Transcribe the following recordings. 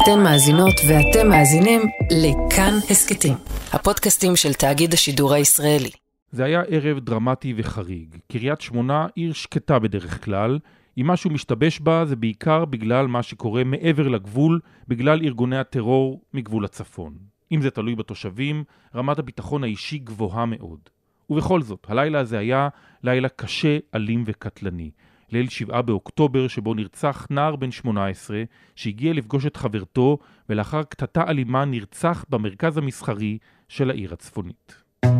אתן מאזינות ואתם מאזינים לכאן הסקטים, הפודקאסטים של תאגיד השידור הישראלי. זה היה ערב דרמטי וחריג. קריית שמונה עיר שקטה בדרך כלל. אם משהו משתבש בה זה בעיקר בגלל מה שקורה מעבר לגבול, בגלל ארגוני הטרור מגבול הצפון. אם זה תלוי בתושבים, רמת הביטחון האישי גבוהה מאוד. ובכל זאת, הלילה הזה היה לילה קשה, אלים וקטלני. ליל 7 באוקטובר שבו נרצח נער בן 18 שהגיע לפגוש את חברתו ולאחר קטטה אלימה נרצח במרכז המסחרי של העיר הצפונית.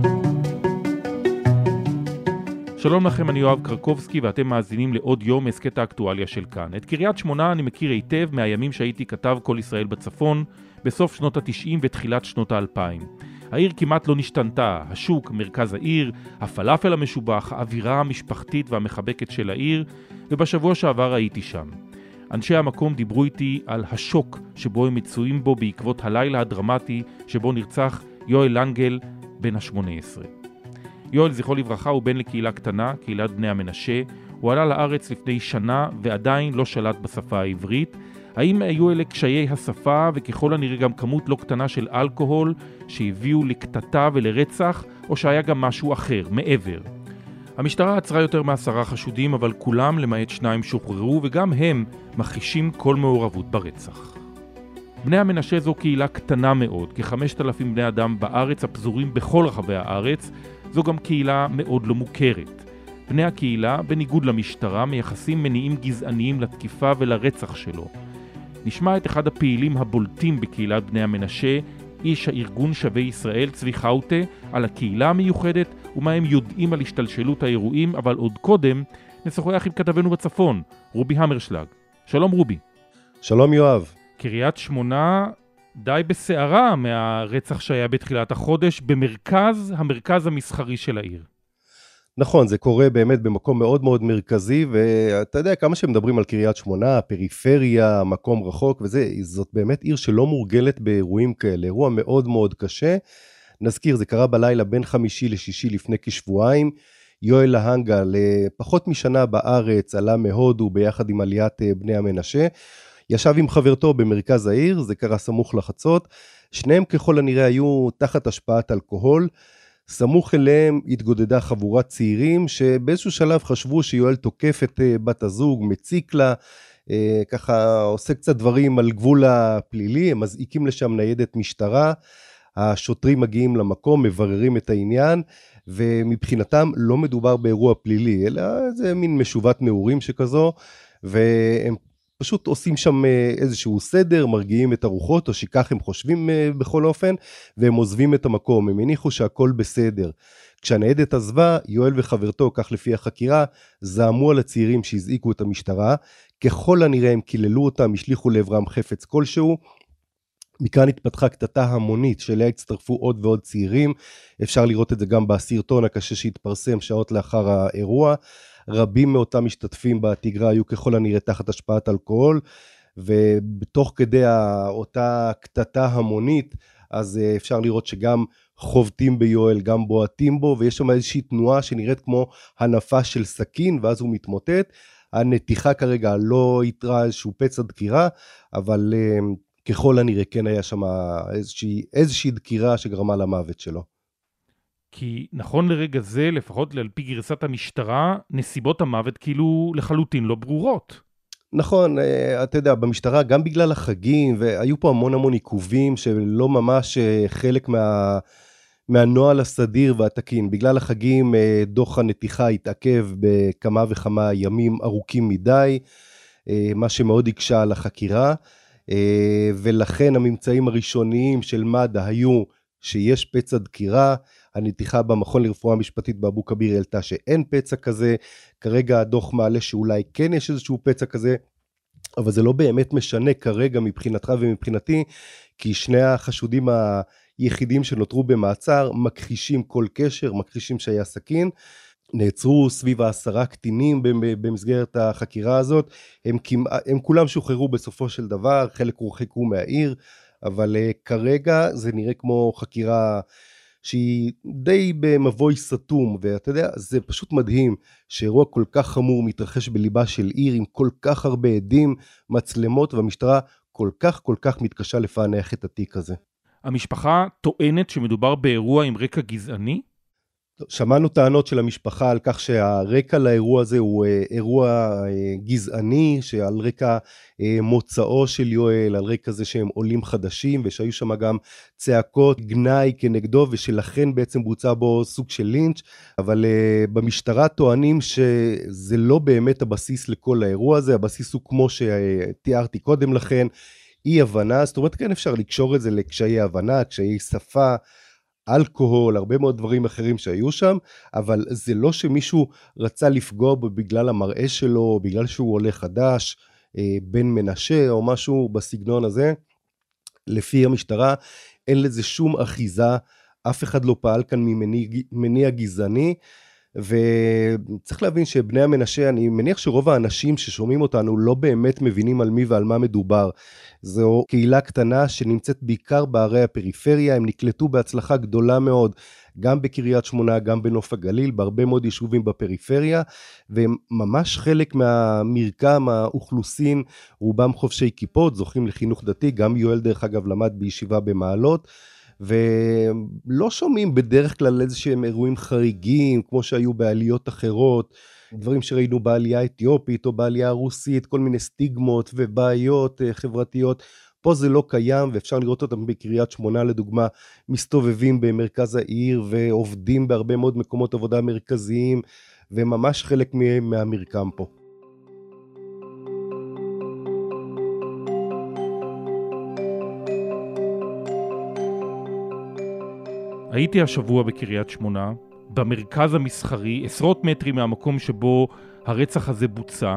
שלום לכם, אני יואב קרקובסקי ואתם מאזינים לעוד יום הסקט האקטואליה של כאן. את קריית שמונה אני מכיר היטב מהימים שהייתי כתב כל ישראל בצפון בסוף שנות ה-90 ותחילת שנות ה-2000. העיר כמעט לא נשתנתה, השוק, מרכז העיר, הפלאפל המשובח, האווירה המשפחתית והמחבקת של העיר, ובשבוע שעבר הייתי שם. אנשי המקום דיברו איתי על השוק שבו הם מצויים בו בעקבות הלילה הדרמטי שבו נרצח יואל לנגל בן ה-18. יואל, זכרו לברכה, הוא בן לקהילה קטנה, קהילת בני המנשה. הוא עלה לארץ לפני שנה ועדיין לא שלט בשפה העברית. האם היו אלה קשיי השפה וככל הנראה גם כמות לא קטנה של אלכוהול שהביאו לקטטה ולרצח, או שהיה גם משהו אחר, מעבר? המשטרה עצרה יותר מ10 חשודים, אבל כולם למעט 2 שוחררו וגם הם מכחישים כל מעורבות ברצח. בני המנשה זו קהילה קטנה מאוד, כ5,000 בני אדם בארץ הפזורים בכל רחבי הארץ. זו גם קהילה מאוד לא מוכרת. בני הקהילה, בניגוד למשטרה, מייחסים מניעים גזעניים לתקיפה ולרצח שלו. נשמע את אחד הפעילים הבולטים בקהילת בני המנשה, איש הארגון שווה ישראל, צבי חאוטה, על הקהילה המיוחדת ומה הם יודעים על השתלשלות האירועים, אבל עוד קודם נשוחח עם כתבנו בצפון, רובי המרשלג. שלום רובי. שלום יואב. קריית שמונה די בסערה מהרצח שהיה בתחילת החודש המרכז המסחרי של העיר. נכון, זה קורה באמת במקום מאוד מאוד מרכזי, ואתה יודע כמה שמדברים על קריית שמונה, פריפריה, מקום רחוק וזה, זאת באמת עיר שלא מורגלת באירועים כאלה, אירוע מאוד מאוד קשה. נזכיר, זה קרה בלילה בין 5 ל-6 לפני כשבועיים, יואל להנגל, פחות משנה בארץ, עלה מהודו ביחד עם עליית בני המנשה, ישב עם חברתו במרכז העיר, זה קרה סמוך לחצות, שניהם ככל הנראה היו תחת השפעת אלכוהול, סמוך אליהם התגודדה חבורת צעירים, שבאיזשהו שלב חשבו שיואל תוקף את בת הזוג, מציק לה, ככה עושה קצת דברים על גבול הפלילי, הם מזעיקים לשם ניידת משטרה, השוטרים מגיעים למקום, מבררים את העניין, ומבחינתם לא מדובר באירוע פלילי, אלא זה מין משובת נעורים שכזו, והם פשוט עושים שם איזשהו סדר, מרגיעים את הרוחות, או שכך הם חושבים בכל אופן, והם עוזבים את המקום, הם הניחו שהכל בסדר. כשהניידת עזבה, יואל וחברתו, כך לפי החקירה, זעמו על הצעירים שהזעיקו את המשטרה, ככל הנראה הם קיללו אותם, השליחו לעברם חפץ כלשהו, מכאן התפתחה קטטה המונית, שאליה הצטרפו עוד ועוד צעירים, אפשר לראות את זה גם בסרטון הקשה שהתפרסם שעות לאחר האירוע, רבים מאותם משתתפים בתגרה היו ככל הנראה תחת השפעת אלכוהול, ובתוך כדי אותה קטטה המונית, אז אפשר לראות שגם חובטים ביואל, גם בועטים בו, ויש שם איזושהי תנועה שנראית כמו הנפה של סכין, ואז הוא מתמוטט. הנתיחה כרגע לא יתרה איזשהו פצע דקירה, אבל ככל הנראה כן היה שם איזושהי דקירה שגרמה למוות שלו. כי נכון לרגע זה, לפחות על פי גרסת המשטרה, נסיבות המוות כאילו לחלוטין לא ברורות. נכון, אתה יודע, במשטרה גם בגלל החגים, והיו פה המון עיכובים שלא ממש חלק מהנוהל הסדיר והתקין. בגלל החגים דוח הנתיחה התעכב בכמה וכמה ימים ארוכים מדי, מה שמאוד הקשה על החקירה, ולכן הממצאים הראשוניים של מד"א היו שיש פצע דקירה, הנתיחה במכון לרפואה משפטית באבו כביר העלתה שאין פצע כזה, כרגע הדוח מעלה שאולי כן יש איזשהו פצע כזה, אבל זה לא באמת משנה כרגע מבחינתך ומבחינתי, כי שני החשודים היחידים שנותרו במעצר, מכחישים כל קשר, מכחישים שהיה סכין, נעצרו סביב 10 קטינים במסגרת החקירה הזאת, הם כולם שוחררו בסופו של דבר, חלק הורחקו מהעיר, אבל כרגע זה נראה כמו חקירה שהיא די במבוי סתום, ואתה יודע, זה פשוט מדהים שאירוע כל כך חמור מתרחש בליבה של עיר, עם כל כך הרבה עדים, מצלמות, והמשטרה כל כך מתקשה לפענח את התיק הזה. המשפחה טוענת שמדובר באירוע עם רקע גזעני? שמענו טענות של המשפחה על כך שהרקע לאירוע הזה הוא אירוע גזעני, שעל רקע מוצאו של יואל, על רקע זה שהם עולים חדשים, ושהיו שם גם צעקות גנאי כנגדו, ושלכן בעצם בוצע בו סוג של לינץ', אבל במשטרה טוענים שזה לא באמת הבסיס לכל האירוע הזה, הבסיס הוא כמו שתיארתי קודם לכן, אי הבנה, זאת אומרת כן אפשר לקשור את זה לקשיי הבנה, קשיי שפה, אלכוהול, הרבה מאוד דברים אחרים שהיו שם, אבל זה לא שמישהו רצה לפגוע בו בגלל המראה שלו, בגלל שהוא עולה חדש, בן מנשה או משהו בסגנון הזה. לפי המשטרה אין לזה שום אחיזה, אף אחד לא פעל כאן ממניע גזעני, וצריך להבין שבני המנשה, אני מניח שרוב האנשים ששומעים אותנו לא באמת מבינים על מי ועל מה מדובר. זו קהילה קטנה שנמצאת בעיקר בערי הפריפריה, הם נקלטו בהצלחה גדולה מאוד, גם בקריית שמונה, גם בנוף הגליל, בהרבה מאוד יישובים בפריפריה, והם ממש חלק מהמרקם האוכלוסין, רובם חובשי כיפות, זוכים לחינוך דתי, גם יואל דרך אגב למד בישיבה במעלות, ולא שומעים בדרך כלל איזה שהם אירועים חריגים, כמו שהיו בעליות אחרות, דברים שראינו בעלייה האתיופית או בעלייה הרוסית, כל מיני סטיגמות ובעיות חברתיות, פה זה לא קיים ואפשר לראות אותם בקריית שמונה לדוגמה, מסתובבים במרכז העיר ועובדים בהרבה מאוד מקומות עבודה מרכזיים, וממש חלק מהמרקם פה. הייתי השבוע בקריית שמונה, במרכז המסחרי, עשרות מטרים מהמקום שבו הרצח הזה בוצע,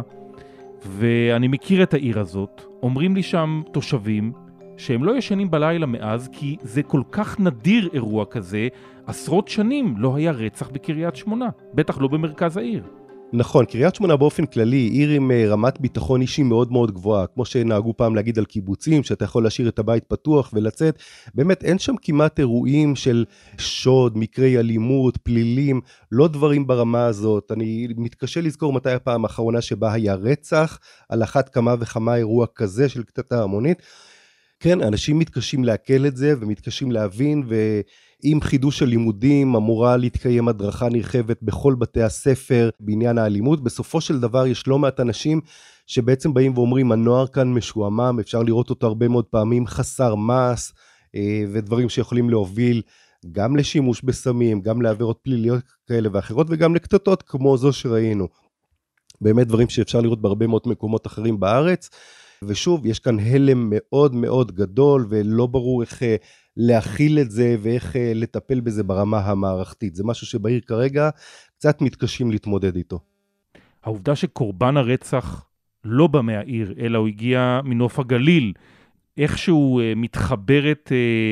ואני מכיר את העיר הזאת. אומרים לי שם תושבים שהם לא ישנים בלילה מאז, כי זה כל כך נדיר אירוע כזה, עשרות שנים לא היה רצח בקריית שמונה, בטח לא במרכז העיר. נכון, קריית שמונה באופן כללי היא עיר עם רמת ביטחון אישי מאוד מאוד גבוהה, כמו שנהגו פעם להגיד על קיבוצים, שאתה יכול להשאיר את הבית פתוח ולצאת, באמת אין שם כמעט אירועים של שוד, מקרי אלימות, פלילים, לא דברים ברמה הזאת, אני מתקשה לזכור מתי הפעם האחרונה שבה היה רצח, על אחת כמה וכמה אירוע כזה של קטטה המונית, כן, אנשים מתקשים לעכל את זה ומתקשים להבין, ועם חידוש הלימודים אמורה להתקיים הדרכה נרחבת בכל בתי הספר בעניין האלימות. בסופו של דבר יש לא מעט אנשים שבעצם באים ואומרים, הנוער כאן משועמם, אפשר לראות אותו הרבה מאוד פעמים חסר מס, ודברים שיכולים להוביל גם לשימוש בסמים, גם לעבירות פליליות כאלה ואחרות, וגם לקטטות כמו זו שראינו. באמת דברים שאפשר לראות בהרבה מאוד מקומות אחרים בארץ, ושוב, יש כאן הלם מאוד מאוד גדול, ולא ברור איך להכיל את זה, ואיך לטפל בזה ברמה המערכתית. זה משהו שבעיר כרגע קצת מתקשים להתמודד איתו. העובדה שקורבן הרצח לא בא מהעיר, אלא הוא הגיע מנוף הגליל, איכשהו מתחברת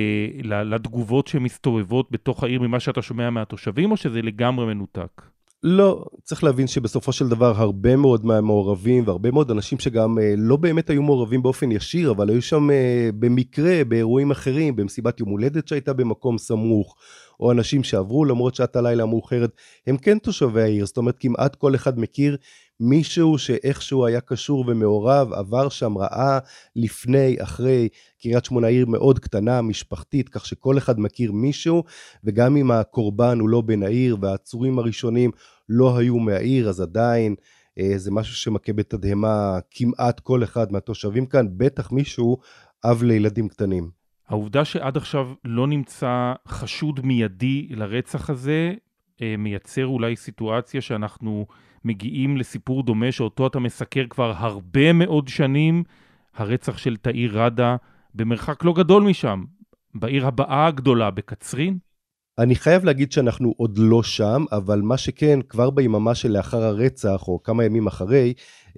לתגובות שמסתובבות בתוך העיר ממה שאתה שומע מהתושבים, או שזה לגמרי מנותק? לא, צריך להבין שבסופו של דבר הרבה מאוד מהמעורבים, והרבה מאוד אנשים שגם לא באמת היו מעורבים באופן ישיר, אבל היו שם במקרה, באירועים אחרים, במסיבת יום הולדת שהייתה במקום סמוך, או אנשים שעברו למרות שעת הלילה המאוחרת, הם כן תושבי העיר, זאת אומרת כמעט כל אחד מכיר מישהו שאיכשהו היה קשור ומעורב, עבר שם, ראה לפני, אחרי. קריית שמונה עיר מאוד קטנה, משפחתית, כך שכל אחד מכיר מישהו, וגם אם הקורבן הוא לא בן העיר, והעצורים הראשונים לא היו מהעיר, אז עדיין זה משהו שמכה בתדהמה כמעט כל אחד מהתושבים כאן, בטח מישהו אב לילדים קטנים. העובדה שעד עכשיו לא נמצא חשוד מיידי לרצח הזה, מייצר אולי סיטואציה שאנחנו מגיעים לסיפור דומה שאותו אתה מסקר כבר הרבה מאוד שנים, הרצח של תאיר רדה במרחק לא גדול משם, בעיר הבאה הגדולה, בקצרין. אני חייב להגיד שאנחנו עוד לא שם, אבל מה שכן, כבר ביממה שלאחר הרצח, או כמה ימים אחרי,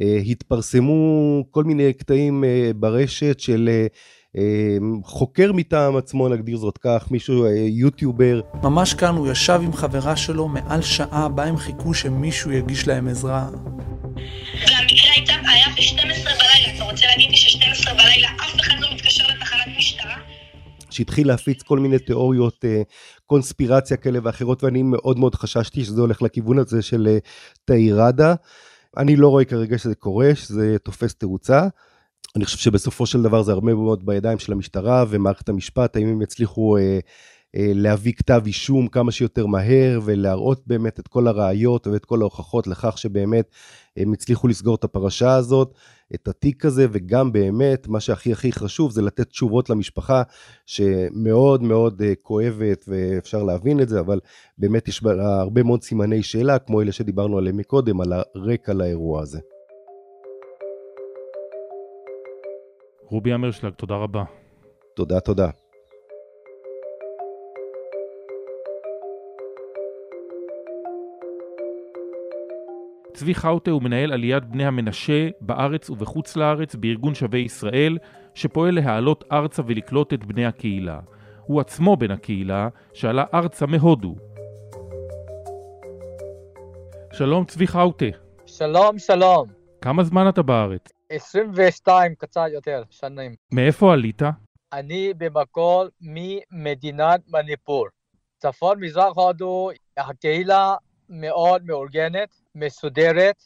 התפרסמו כל מיני קטעים ברשת של חוקר מטעם עצמו, נגדיר זאת כך, מישהו, יוטיובר. ממש כאן הוא ישב עם חברה שלו מעל שעה, בה הם חיכו שמישהו יגיש להם עזרה. והמקרה היה ב-12 בלילה, אתה רוצה להגיד לי ש-12 בלילה אף אחד לא מתקשר לתחנת משטרה? שהתחיל להפיץ כל מיני תיאוריות, קונספירציה כאלה ואחרות, ואני מאוד מאוד חששתי שזה הולך לכיוון הזה של תאיר רדה. אני לא רואה כרגע שזה קורה, שזה תופס תירוצה. אני חושב שבסופו של דבר זה הרבה מאוד בידיים של המשטרה ומערכת המשפט, האם הם יצליחו להביא כתב אישום כמה שיותר מהר, ולהראות באמת את כל הראיות ואת כל ההוכחות לכך שבאמת הם הצליחו לסגור את הפרשה הזאת, את התיק הזה, וגם באמת מה שהכי הכי חשוב זה לתת תשובות למשפחה שמאוד מאוד כואבת, ואפשר להבין את זה, אבל באמת יש הרבה מאוד סימני שאלה, כמו אלה שדיברנו עליהם מקודם, על הרקע לאירוע הזה. רובי אמרשלג, תודה רבה. תודה. צבי חאוטה הוא מנהל עליית בני המנשה בארץ ובחוץ לארץ בארגון שווה ישראל, שפועל להעלות ארצה ולקלוט את בני הקהילה. הוא עצמו בן הקהילה שעלה ארצה מהודו. שלום צבי חאוטה. שלום. כמה זמן אתה בארץ? 22 קצת יותר שנים. מאיפה עלית? אני במקור ממדינת מניפור. צפון מזרח הודו, הקהילה מאוד מאורגנת, מסודרת,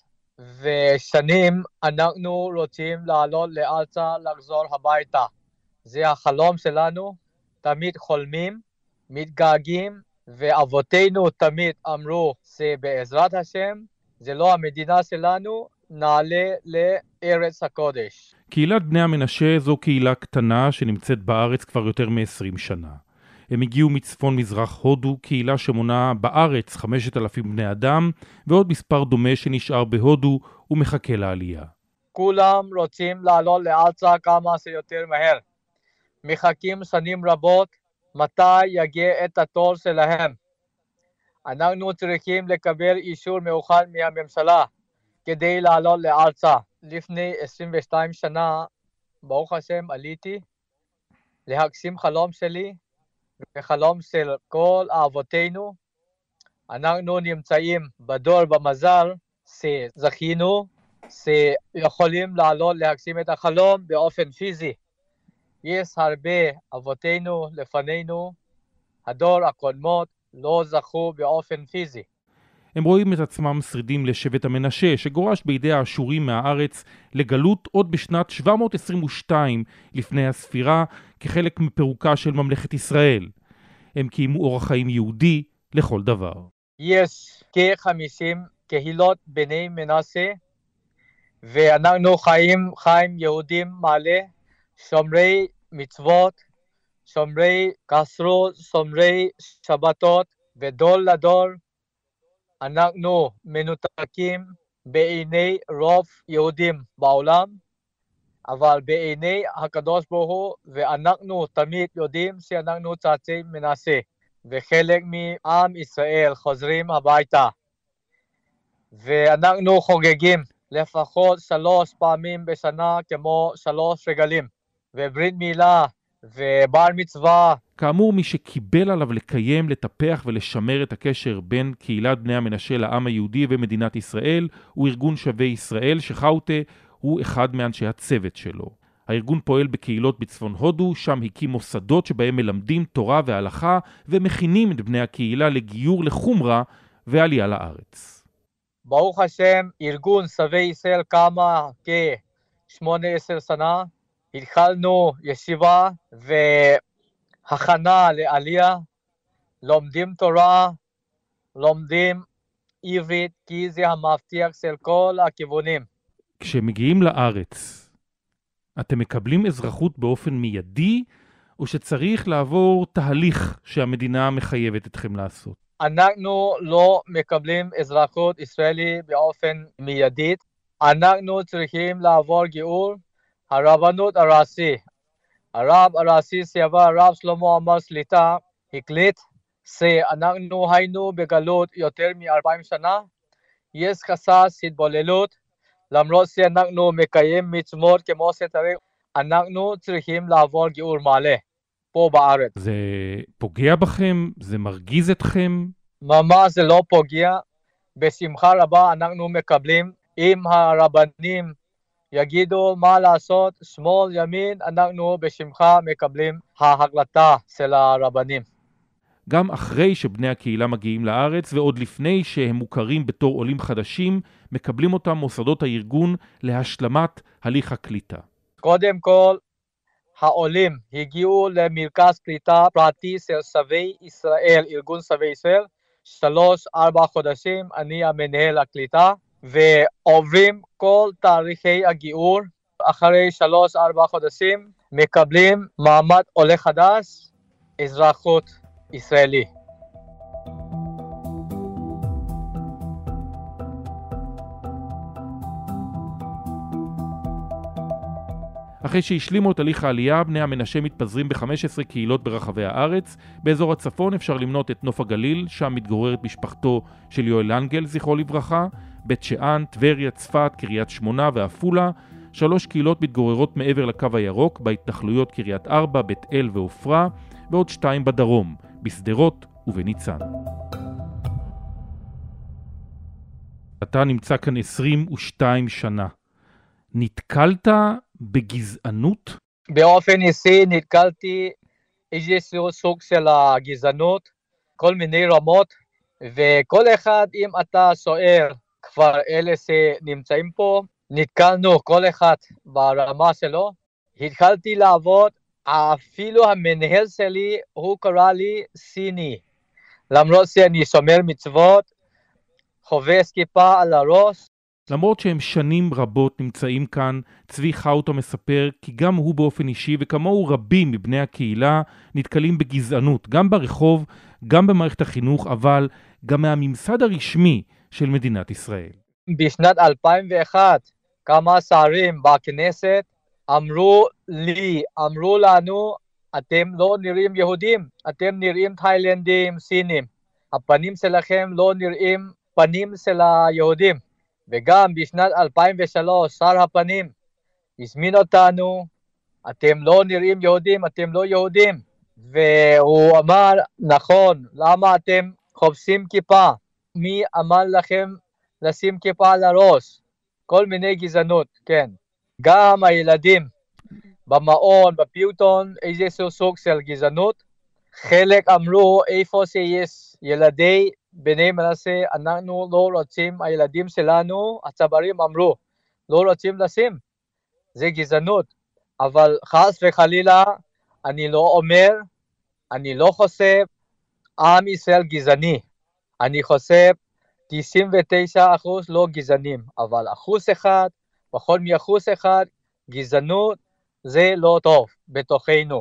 ושנים אנחנו רוצים לעלות לארצה, לחזור הביתה. זה החלום שלנו, תמיד חולמים, מתגעגעים, ואבותינו תמיד אמרו שבעזרת השם, זה לא המדינה שלנו, נעלה לארץ הקודש. קהילת בני המנשה זו קהילה קטנה שנמצאת בארץ כבר יותר מ-20 שנה. הם הגיעו מצפון מזרח הודו, קהילה שמונה בארץ 5,000 בני אדם, ועוד מספר דומה שנשאר בהודו ומחכה לעלייה. כולם רוצים לעלות לארצה כמה שיותר מהר. מחכים שנים רבות, מתי יגיע את התור שלהם. אנחנו צריכים לקבל אישור מאוחד מהממשלה, כדי לעלות לארצה. לפני 22 שנה, ברוך השם, עליתי להגשים חלום שלי, וחלום של כל אבותינו. אנחנו נמצאים בדור במזל שזכינו, שיכולים לעלות להגשים את החלום באופן פיזי. יש הרבה אבותינו לפנינו, הדור הקודמות לא זכו באופן פיזי. הם רואים את עצמם שרידים לשבט המנשה, שגורש בידי האשורים מהארץ לגלות עוד בשנת 722 לפני הספירה, כחלק מפירוקה של ממלכת ישראל. הם קיימו אורח חיים יהודי לכל דבר. יש כ-50 קהילות בני מנשה, ואנחנו חיים יהודים מלא, שומרי מצוות, שומרי כשרות, שומרי שבתות, ודור לדור. אנחנו מנותקים בעיני רוב יהודים בעולם, אבל בעיני הקדוש ברוך הוא, ואנחנו תמיד יודעים שאנחנו צאצאי מנשה, וחלק מעם ישראל חוזרים הביתה. ואנחנו חוגגים לפחות 3 פעמים בשנה כמו 3 רגלים, וברית מילה ובר מצווה. כאמור, מי שקיבל עליו לקיים, לטפח ולשמר את הקשר בין קהילת בני המנשה לעם היהודי ומדינת ישראל, הוא ארגון שווה ישראל, שחאוטה הוא אחד מאנשי הצוות שלו. הארגון פועל בקהילות בצפון הודו, שם הקים מוסדות שבהם מלמדים תורה והלכה, ומכינים את בני הקהילה לגיור לחומרה ועלייה לארץ. ברוך השם, ארגון שווה ישראל קמה כ-18 שנה, התחלנו ישיבה והכנה לעלייה, לומדים תורה, לומדים עברית, כי זה המבטיח של כל הכיוונים. כשמגיעים לארץ, אתם מקבלים אזרחות באופן מיידי, או שצריך לעבור תהליך שהמדינה מחייבת אתכם לעשות? אנחנו לא מקבלים אזרחות ישראלי באופן מיידית, אנחנו צריכים לעבור גיור. הרבנות הראשי, הרב הראשי סייבה, הרב שלמה עמאר שליטה, הקליט שאנחנו היינו בגלות יותר מ-40 שנה, יש חשש התבוללות, למרות שאנחנו מקיים מצוות כמו שצריך, אנחנו צריכים לעבור גיור מלא פה בארץ. זה פוגע בכם? זה מרגיז אתכם? ממש זה לא פוגע, בשמחה רבה אנחנו מקבלים, אם הרבנים יגידו מה לעשות, שמאל, ימין, אנחנו בשמחה מקבלים ההחלטה של הרבנים. גם אחרי שבני הקהילה מגיעים לארץ, ועוד לפני שהם מוכרים בתור עולים חדשים, מקבלים אותם מוסדות הארגון להשלמת הליך הקליטה. קודם כל, העולים הגיעו למרכז קליטה פרטי של שבי ישראל, ארגון שבי ישראל, 3-4 חודשים, אני המנהל הקליטה, ועוברים כל תאריכי הגיור, אחרי 3-4 חודשים, מקבלים מעמד עולה חדש, אזרחות ישראלי. אחרי שהשלימו את הליך העלייה, בני המנשה מתפזרים ב-15 קהילות ברחבי הארץ. באזור הצפון אפשר למנות את נוף הגליל, שם מתגוררת משפחתו של יואל לנגל, זכרו לברכה, בית שאן, טבריה, צפת, קריית שמונה ועפולה. 3 קהילות מתגוררות מעבר לקו הירוק, בהתנחלויות קריית ארבע, בית אל ועופרה, ועוד 2 בדרום, בשדרות ובניצן. אתה נמצא כאן 22 שנה. נתקלת בגזענות? באופן אישי נתקלתי איזשהו סוג של הגזענות, כל מיני רמות, וכל אחד, אם אתה שואל כבר אלה שנמצאים פה, נתקלנו כל אחד ברמה שלו. התחלתי לעבוד, אפילו המנהל שלי הוא קרא לי סיני, למרות שאני שומר מצוות, חובש כיפה על הראש. למרות שהם שנים רבות נמצאים כאן, צבי חאוטו מספר כי גם הוא באופן אישי וכמוהו רבים מבני הקהילה נתקלים בגזענות, גם ברחוב, גם במערכת החינוך, אבל גם מהממסד הרשמי של מדינת ישראל. בשנת 2001 כמה שרים בכנסת אמרו לנו, אתם לא נראים יהודים, אתם נראים תאילנדים, סינים, הפנים שלכם לא נראים פנים של היהודים. וגם בשנת 2003 שר הפנים הזמין אותנו, אתם לא נראים יהודים, אתם לא יהודים. והוא אמר, נכון, למה אתם חובשים כיפה? מי אמר לכם לשים כיפה על הראש? כל מיני גזענות, כן. גם הילדים במעון, בפיוטון, איזשהו סוג של גזענות. חלק אמרו, איפה שיש ילדי בני מנשה, אנחנו לא רוצים, הילדים שלנו, הצברים אמרו, לא רוצים לשים, זה גזענות. אבל חס וחלילה, אני לא אומר, אני לא חושב, עם ישראל גזעני. אני חושב, 99% לא גזענים, אבל 1%, פחות מ1%, גזענות, זה לא טוב בתוכנו.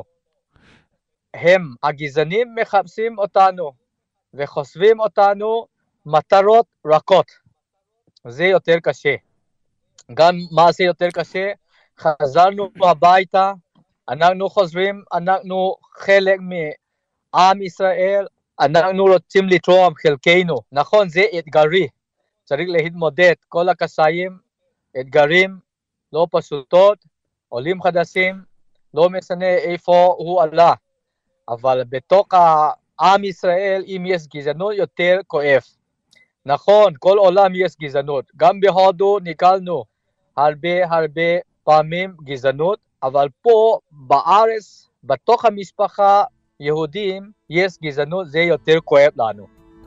הגזענים מחפשים אותנו, וחושבים אותנו מטרות רכות. זה יותר קשה. גם מה זה יותר קשה? חזרנו הביתה, אנחנו חוזרים, אנחנו חלק מעם ישראל, אנחנו רוצים לתרום חלקנו. נכון, זה אתגרי. צריך להתמודד כל הקשיים, אתגרים לא פשוטות, עולים חדשים, לא משנה איפה הוא עלה. אבל בתוך עם ישראל, אם יש גזענות, יותר כואב. נכון, כל עולם יש גזענות. גם בהודו נתקלנו הרבה פעמים גזענות, אבל פה בארץ, בתוך המשפחה יהודים, יש גזענות, זה יותר כואב לנו.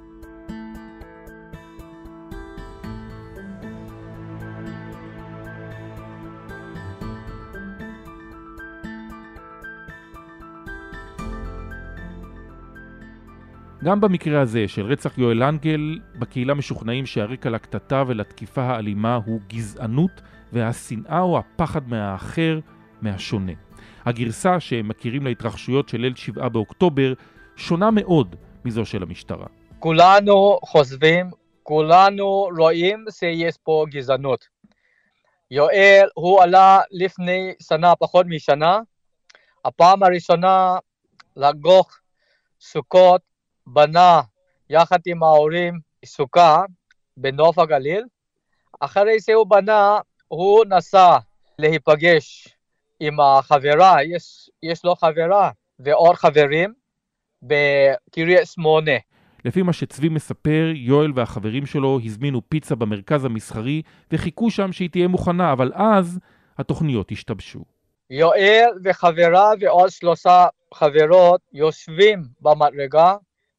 גם במקרה הזה של רצח יואל לנגל, בקהילה משוכנעים שהרקע לקטטה ולתקיפה האלימה הוא גזענות והשנאה או הפחד מהאחר, מהשונה. הגרסה שהם מכירים להתרחשויות של ליל 7 באוקטובר שונה מאוד מזו של המשטרה. כולנו חושבים, כולנו רואים שיש פה גזענות. יואל הוא עלה לפני שנה, פחות משנה, הפעם הראשונה לחגוג סוכות, בנה יחד עם ההורים סוכה בנוף הגליל. אחרי שהוא בנה, הוא נסע להיפגש עם החברה, יש לו חברה ועוד חברים בקריית שמונה. לפי מה שצבי מספר, יואל והחברים שלו הזמינו פיצה במרכז המסחרי וחיכו שם שהיא תהיה מוכנה, אבל אז התוכניות השתבשו. יואל וחברה ועוד 3 חברות יושבים במדרגה,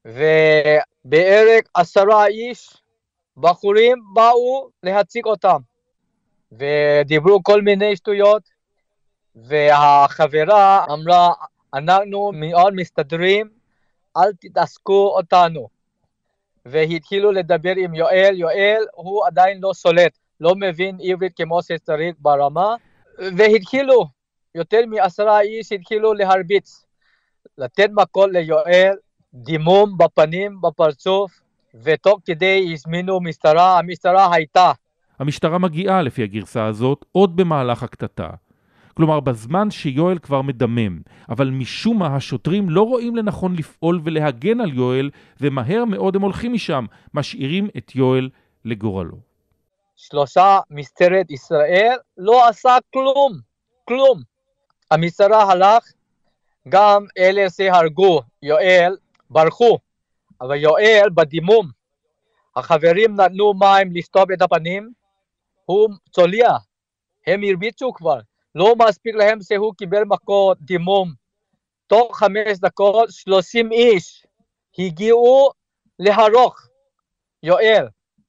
ובערך 10 איש בחורים באו להציג אותם, ודיברו כל מיני שטויות, והחברה אמרה, אנחנו מאוד מסתדרים, אל תתעסקו אותנו. והתחילו לדבר עם יואל, יואל הוא עדיין לא סולט, לא מבין עברית כמו שצריך ברמה, והתחילו, יותר מ10 איש התחילו להרביץ, לתת מכות ליואל, דימום בפנים, בפרצוף, ותוך כדי הזמינו משטרה, המשטרה הייתה. המשטרה מגיעה לפי הגרסה הזאת עוד במהלך הקטטה. כלומר, בזמן שיואל כבר מדמם, אבל משום מה השוטרים לא רואים לנכון לפעול ולהגן על יואל, ומהר מאוד הם הולכים משם, משאירים את יואל לגורלו. 3 משטרת ישראל לא עשה כלום. המשטרה הלך, גם אלה שהרגו יואל ברחו, אבל יואל בדימום. החברים נתנו מים לשטוף את הפנים, הוא צוליע, הם הרביצו כבר. לא מספיק להם שהוא קיבל מכות, דימום. תוך 5 דקות 30 איש הגיעו להרוג יואל.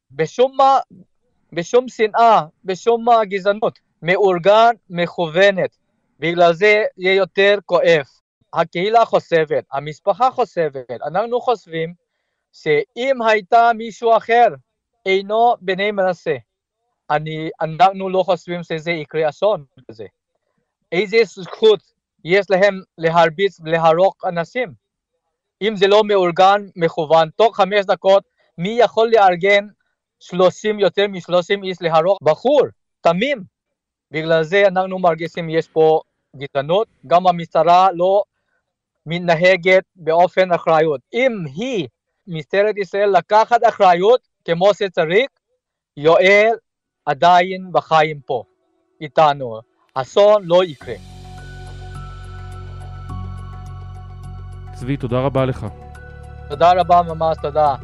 בשום שנאה, בשום גזענות. מאורגן, מכוונת. בגלל זה יהיה יותר כואב. הקהילה חושבת, המשפחה חושבת. אנחנו חושבים שאם הייתה מישהו אחר, אינו בני מנשה. אנחנו לא חושבים שזה יקרה אסון כזה. איזה זכות יש להם להרביץ ולהרוג אנשים? אם זה לא מאורגן, מכוון, תוך 5 דקות, מי יכול לארגן יותר מ-30 איש להרוג? בחור, תמים. בגלל זה אנחנו מרגישים יש פה גזענות, גם המשטרה לא מתנהגת באופן אחריות. אם היא, משטרת ישראל, לקחת אחריות כמו שצריך, יואל עדיין בחיים פה, איתנו. אסון לא יקרה. צבי, תודה רבה לך. תודה רבה ממש, תודה.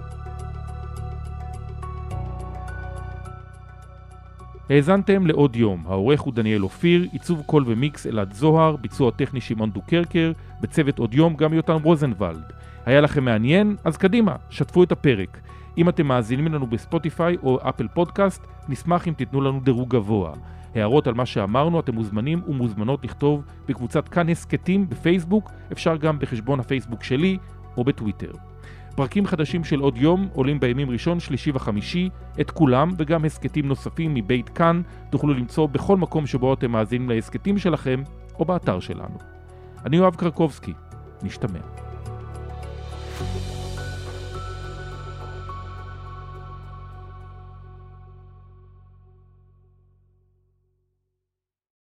האזנתם לעוד יום. העורך הוא דניאל אופיר, עיצוב קול ומיקס אלעד זוהר, ביצוע טכני שמעון דוקרקר, בצוות עוד יום גם יותם רוזנבלד. היה לכם מעניין? אז קדימה, שתפו את הפרק. אם אתם מאזינים לנו בספוטיפיי או אפל פודקאסט, נשמח אם תיתנו לנו דירוג גבוה. הערות על מה שאמרנו אתם מוזמנים ומוזמנות לכתוב בקבוצת כאן הסקטים בפייסבוק, אפשר גם בחשבון הפייסבוק שלי או בטוויטר. פרקים חדשים של עוד יום עולים בימים ראשון, שלישי וחמישי. את כולם וגם הסקטים נוספים מבית כאן תוכלו למצוא בכל מקום שבו אתם מאזינים להסקטים שלכם או באתר שלנו. אני יואב קרקובסקי, נשתמע.